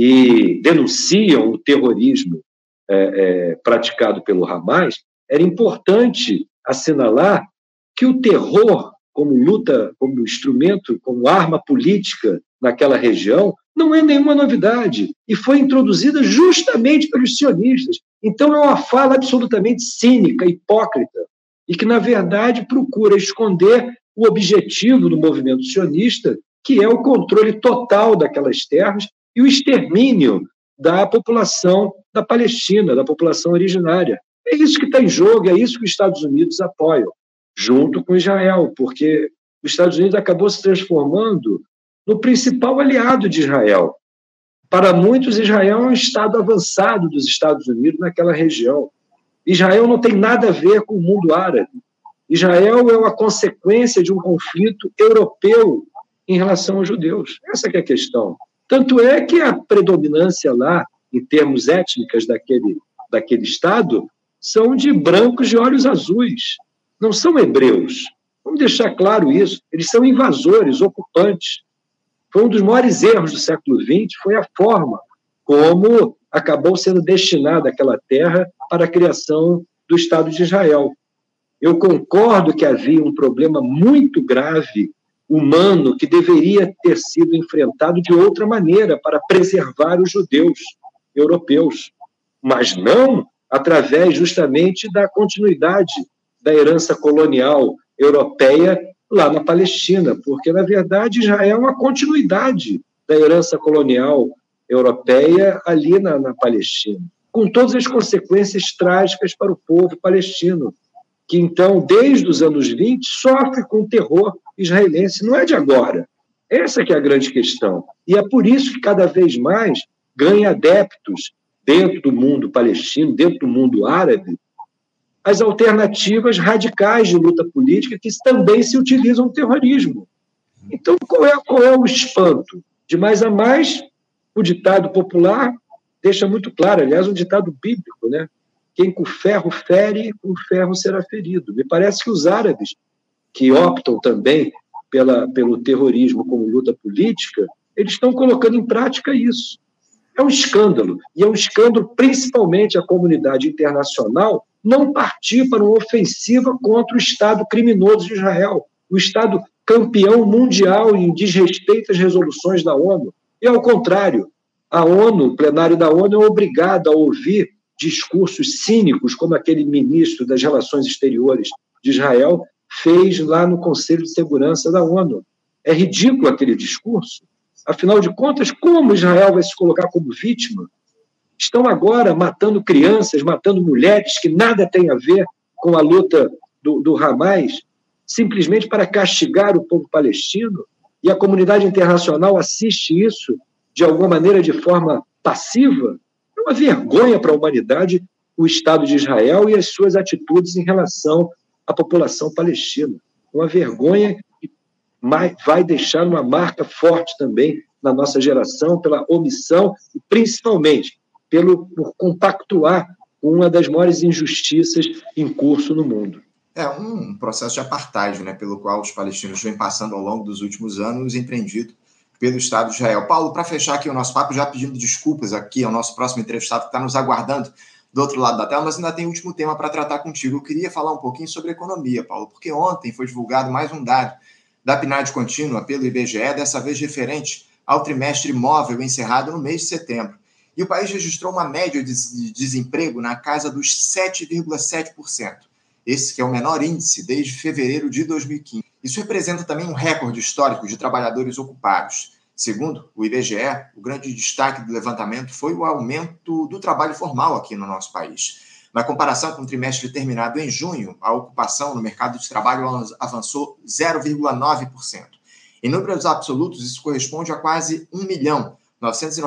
Speaker 3: e denunciam o terrorismo é, é, praticado pelo Hamas, era importante assinalar que o terror, como luta, como instrumento, como arma política naquela região, não é nenhuma novidade e foi introduzida justamente pelos sionistas. Então, é uma fala absolutamente cínica, hipócrita, e que, na verdade, procura esconder o objetivo do movimento sionista, que é o controle total daquelas terras e o extermínio da população da Palestina, da população originária. É isso que está em jogo, é isso que os Estados Unidos apoiam, junto com Israel, porque os Estados Unidos acabou se transformando no principal aliado de Israel. Para muitos, Israel é um estado avançado dos Estados Unidos naquela região. Israel não tem nada a ver com o mundo árabe. Israel é uma consequência de um conflito europeu em relação aos judeus. Essa que é a questão. Tanto é que a predominância lá, em termos étnicos daquele, daquele estado, são de brancos de olhos azuis. Não são hebreus. Vamos deixar claro isso. Eles são invasores, ocupantes. Foi um dos maiores erros do século vinte, foi a forma como acabou sendo destinada aquela terra para a criação do Estado de Israel. Eu concordo que havia um problema muito grave, humano, que deveria ter sido enfrentado de outra maneira para preservar os judeus europeus, mas não através justamente da continuidade da herança colonial europeia lá na Palestina, porque, na verdade, Israel é uma continuidade da herança colonial europeia ali na, na Palestina, com todas as consequências trágicas para o povo palestino, que, então, desde os anos vinte, sofre com o terror israelense. Não é de agora. Essa que é a grande questão. E é por isso que, cada vez mais, ganha adeptos dentro do mundo palestino, dentro do mundo árabe, as alternativas radicais de luta política que também se utilizam no terrorismo. Então, qual é, qual é o espanto? De mais a mais, o ditado popular deixa muito claro, aliás, um ditado bíblico, né? Quem com ferro fere, com ferro será ferido. Me parece que os árabes, que optam também pela, pelo terrorismo como luta política, eles estão colocando em prática isso. É um escândalo, e é um escândalo principalmente a comunidade internacional não partir para uma ofensiva contra o Estado criminoso de Israel, o Estado campeão mundial em desrespeito às resoluções da ONU. E, ao contrário, a ONU, o plenário da ONU é obrigado a ouvir discursos cínicos, como aquele ministro das Relações Exteriores de Israel fez lá no Conselho de Segurança da ONU. É ridículo aquele discurso. Afinal de contas, como Israel vai se colocar como vítima? Estão agora matando crianças, matando mulheres que nada têm a ver com a luta do, do Hamas, simplesmente para castigar o povo palestino, e a comunidade internacional assiste isso, de alguma maneira, de forma passiva. É uma vergonha para a humanidade o Estado de Israel e as suas atitudes em relação à população palestina. Uma vergonha que vai deixar uma marca forte também na nossa geração pela omissão e, principalmente, pelo, por compactuar com uma das maiores injustiças em curso no mundo.
Speaker 2: É um processo de apartheid, né, pelo qual os palestinos vêm passando ao longo dos últimos anos, empreendido pelo Estado de Israel. Paulo, para fechar aqui o nosso papo, já pedindo desculpas aqui ao nosso próximo entrevistado que está nos aguardando do outro lado da tela, mas ainda tem um último tema para tratar contigo. Eu queria falar um pouquinho sobre economia, Paulo, porque ontem foi divulgado mais um dado da P N A D contínua pelo I B G E, dessa vez referente ao trimestre móvel encerrado no mês de setembro. E o país registrou uma média de desemprego na casa dos sete vírgula sete por cento. Esse que é o menor índice desde fevereiro de dois mil e quinze. Isso representa também um recorde histórico de trabalhadores ocupados. Segundo o I B G E, o grande destaque do levantamento foi o aumento do trabalho formal aqui no nosso país. Na comparação com o trimestre terminado em junho, a ocupação no mercado de trabalho avançou zero vírgula nove por cento. Em números absolutos, isso corresponde a quase um milhão novecentos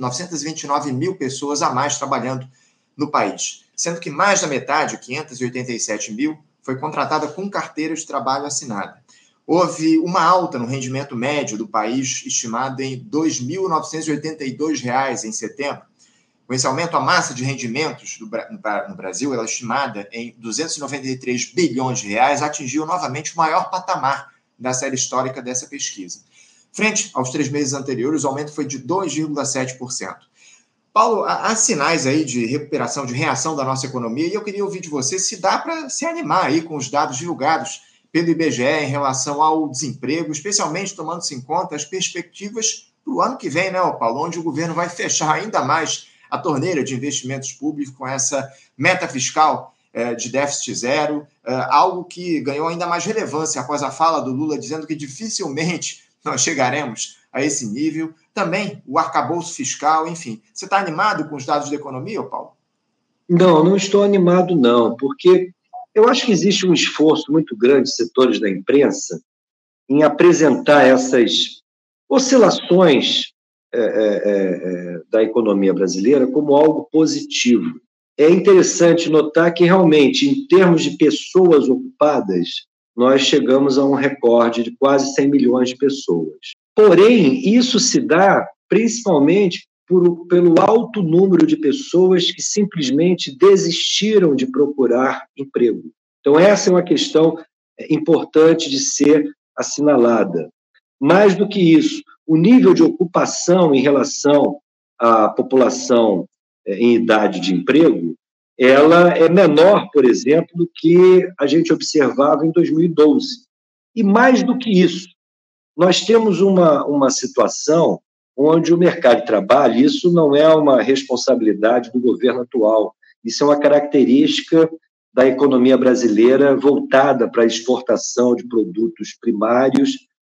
Speaker 2: e vinte e nove mil pessoas a mais trabalhando no país, sendo que mais da metade, quinhentos e oitenta e sete mil, foi contratada com carteira de trabalho assinada. Houve uma alta no rendimento médio do país, estimado em dois mil novecentos e oitenta e dois reais em setembro. Com esse aumento, a massa de rendimentos do, no Brasil, ela estimada em duzentos e noventa e três bilhões de reais, atingiu novamente o maior patamar da série histórica dessa pesquisa. Frente aos três meses anteriores, o aumento foi de dois vírgula sete por cento. Paulo, há sinais aí de recuperação, de reação da nossa economia, e eu queria ouvir de você se dá para se animar aí com os dados divulgados pelo I B G E em relação ao desemprego, especialmente tomando-se em conta as perspectivas para o ano que vem, né, Paulo, onde o governo vai fechar ainda mais a torneira de investimentos públicos com essa meta fiscal eh, de déficit zero, eh, algo que ganhou ainda mais relevância após a fala do Lula dizendo que dificilmente nós chegaremos a esse nível. Também o arcabouço fiscal, enfim. Você está animado com os dados da economia, Paulo?
Speaker 3: Não, não estou animado, não, porque eu acho que existe um esforço muito grande de setores da imprensa em apresentar essas oscilações é, é, é, da economia brasileira como algo positivo. É interessante notar que, realmente, em termos de pessoas ocupadas, nós chegamos a um recorde de quase cem milhões de pessoas. Porém, isso se dá principalmente por, pelo alto número de pessoas que simplesmente desistiram de procurar emprego. Então, essa é uma questão importante de ser assinalada. Mais do que isso, o nível de ocupação em relação à população em idade de emprego, ela é menor, por exemplo, do que a gente observava em dois mil e doze. E mais do que isso, nós temos uma, uma situação onde o mercado de trabalho, isso não é uma responsabilidade do governo atual, isso é uma característica da economia brasileira voltada para a exportação de produtos primários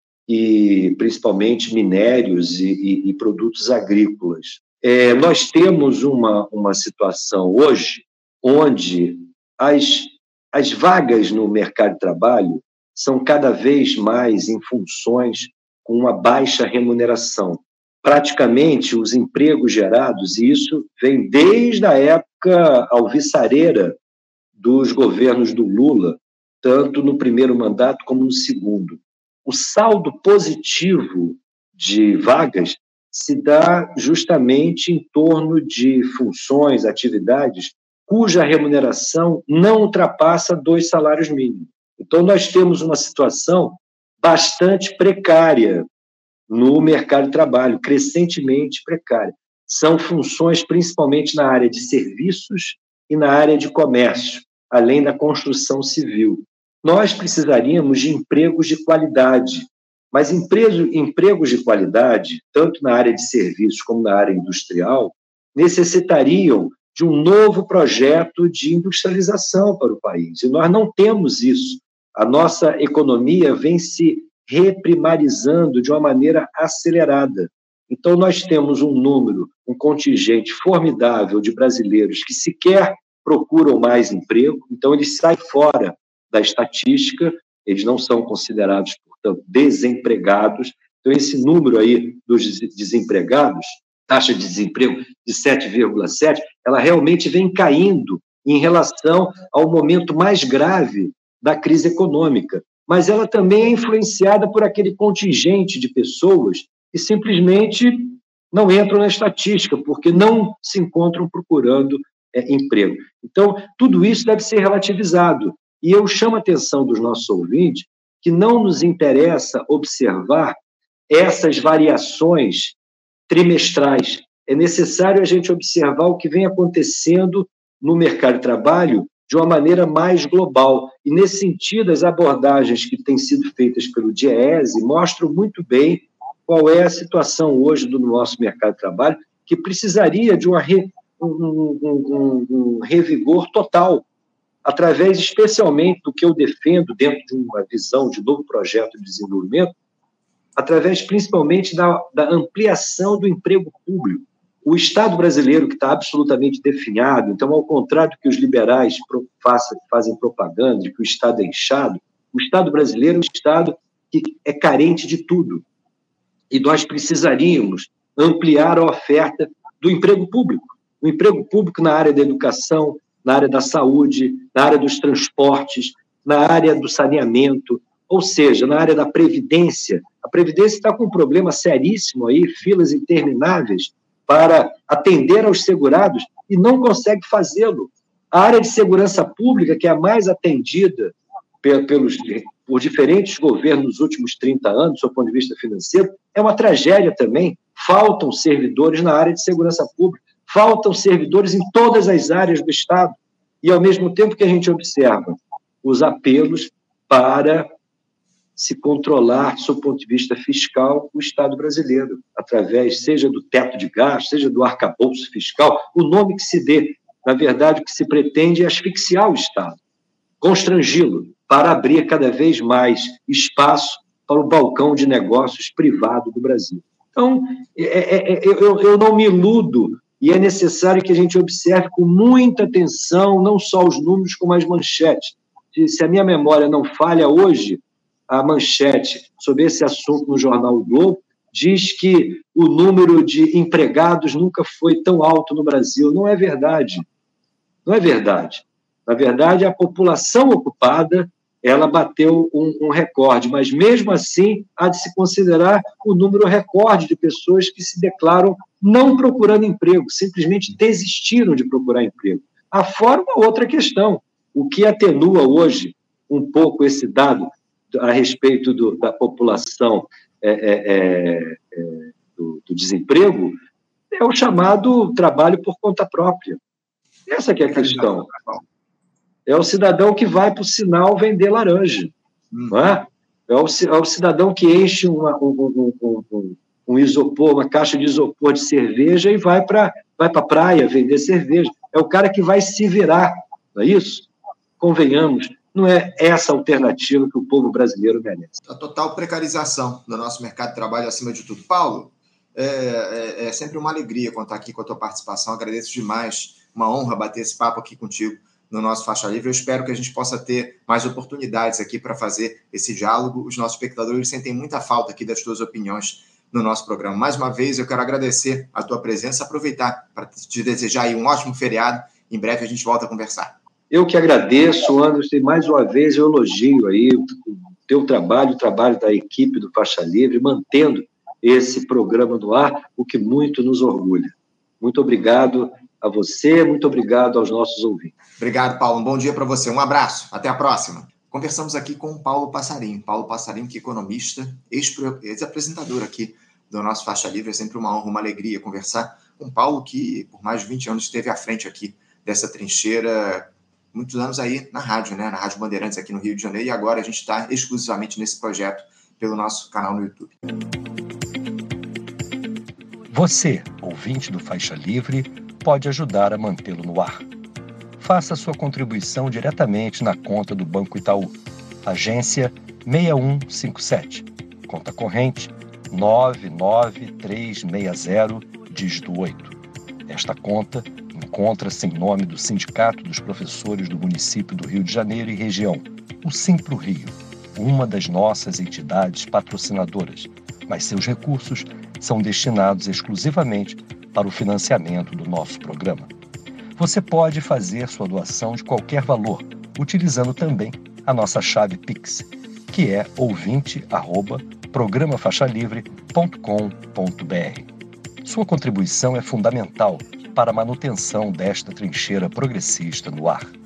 Speaker 3: e, principalmente, minérios e, e, e produtos agrícolas. É, nós temos uma, uma situação hoje onde as, as vagas no mercado de trabalho são cada vez mais em funções com uma baixa remuneração. Praticamente, os empregos gerados, e isso vem desde a época alvissareira dos governos do Lula, tanto no primeiro mandato como no segundo. O saldo positivo de vagas se dá justamente em torno de funções, atividades, cuja remuneração não ultrapassa dois salários mínimos. Então, nós temos uma situação bastante precária no mercado de trabalho, crescentemente precária. São funções principalmente na área de serviços e na área de comércio, além da construção civil. Nós precisaríamos de empregos de qualidade, Mas emprego, empregos de qualidade, tanto na área de serviços como na área industrial, necessitariam de um novo projeto de industrialização para o país. E nós não temos isso. A nossa economia vem se reprimarizando de uma maneira acelerada. Então, nós temos um número, um contingente formidável de brasileiros que sequer procuram mais emprego, então eles saem fora da estatística, eles não são considerados, portanto, desempregados. Então, esse número aí dos desempregados, taxa de desemprego de sete vírgula sete, ela realmente vem caindo em relação ao momento mais grave da crise econômica, mas ela também é influenciada por aquele contingente de pessoas que simplesmente não entram na estatística, porque não se encontram procurando é, emprego. Então, tudo isso deve ser relativizado. E eu chamo a atenção dos nossos ouvintes que não nos interessa observar essas variações trimestrais. É necessário a gente observar o que vem acontecendo no mercado de trabalho de uma maneira mais global. E, nesse sentido, as abordagens que têm sido feitas pelo DIEESE mostram muito bem qual é a situação hoje do nosso mercado de trabalho, que precisaria de uma re, um, um, um, um revigor total, através, especialmente, do que eu defendo dentro de uma visão de novo projeto de desenvolvimento, através, principalmente, da, da ampliação do emprego público. O Estado brasileiro, que está absolutamente definhado, então, ao contrário do que os liberais fazem propaganda, de que o Estado é inchado, o Estado brasileiro é um Estado que é carente de tudo. E nós precisaríamos ampliar a oferta do emprego público. O emprego público na área da educação, na área da saúde, na área dos transportes, na área do saneamento, ou seja, na área da previdência. A previdência está com um problema seríssimo aí, filas intermináveis para atender aos segurados e não consegue fazê-lo. A área de segurança pública, que é a mais atendida pelos, por diferentes governos nos últimos trinta anos, do ponto de vista financeiro, é uma tragédia também. Faltam servidores na área de segurança pública, faltam servidores em todas as áreas do Estado. E, ao mesmo tempo que a gente observa os apelos para se controlar, do ponto de vista fiscal, o Estado brasileiro, através, seja do teto de gastos, seja do arcabouço fiscal, o nome que se dê. Na verdade, o que se pretende é asfixiar o Estado, constrangi-lo, para abrir cada vez mais espaço para o balcão de negócios privado do Brasil. Então, é, é, eu, eu não me iludo, e é necessário que a gente observe com muita atenção, não só os números, como as manchetes. Se a minha memória não falha hoje, a manchete sobre esse assunto no jornal O Globo diz que o número de empregados nunca foi tão alto no Brasil. Não é verdade. Não é verdade. Na verdade, a população ocupada, ela bateu um, um recorde, mas mesmo assim há de se considerar o número recorde de pessoas que se declaram não procurando emprego, simplesmente desistiram de procurar emprego. Afora uma outra questão, o que atenua hoje um pouco esse dado a respeito do, da população é, é, é, do, do desemprego, é o chamado trabalho por conta própria. Essa que é a questão. É o cidadão que vai para o sinal vender laranja. Hum. Não é? É, o, é o cidadão que enche uma, um, um, um, um isopor, uma caixa de isopor de cerveja e vai para vai a praia vender cerveja. É o cara que vai se virar, não é isso? Convenhamos, não é essa alternativa que o povo brasileiro merece.
Speaker 2: A total precarização do nosso mercado de trabalho acima de tudo. Paulo, é, é, é sempre uma alegria contar aqui com a tua participação. Agradeço demais, uma honra bater esse papo aqui contigo no nosso Faixa Livre. Eu espero que a gente possa ter mais oportunidades aqui para fazer esse diálogo. Os nossos espectadores sentem muita falta aqui das tuas opiniões no nosso programa. Mais uma vez, eu quero agradecer a tua presença, aproveitar para te desejar aí um ótimo feriado. Em breve a gente volta a conversar.
Speaker 3: Eu que agradeço, Anderson, e mais uma vez eu elogio aí o teu trabalho, o trabalho da equipe do Faixa Livre, mantendo esse programa no ar, o que muito nos orgulha. Muito obrigado a você, muito obrigado aos nossos ouvintes.
Speaker 2: Obrigado, Paulo. Um bom dia para você. Um abraço. Até a próxima. Conversamos aqui com o Paulo Passarinho. Paulo Passarinho, que é economista, ex-apresentador aqui do nosso Faixa Livre. É sempre uma honra, uma alegria conversar com o Paulo, que por mais de vinte anos esteve à frente aqui dessa trincheira, muitos anos aí na rádio, né? Na Rádio Bandeirantes aqui no Rio de Janeiro, e agora a gente está exclusivamente nesse projeto pelo nosso canal no YouTube.
Speaker 1: Você, ouvinte do Faixa Livre, pode ajudar a mantê-lo no ar. Faça sua contribuição diretamente na conta do Banco Itaú, agência seis um cinco sete, conta corrente nove nove três seis zero, dígito oito. Esta conta encontra-se em nome do Sindicato dos Professores do Município do Rio de Janeiro e Região, o Simpro Rio, uma das nossas entidades patrocinadoras, mas seus recursos são destinados exclusivamente para o financiamento do nosso programa. Você pode fazer sua doação de qualquer valor, utilizando também a nossa chave Pix, que é ouvinte arroba programa faixa livre ponto com ponto br. Sua contribuição é fundamental para a manutenção desta trincheira progressista no ar.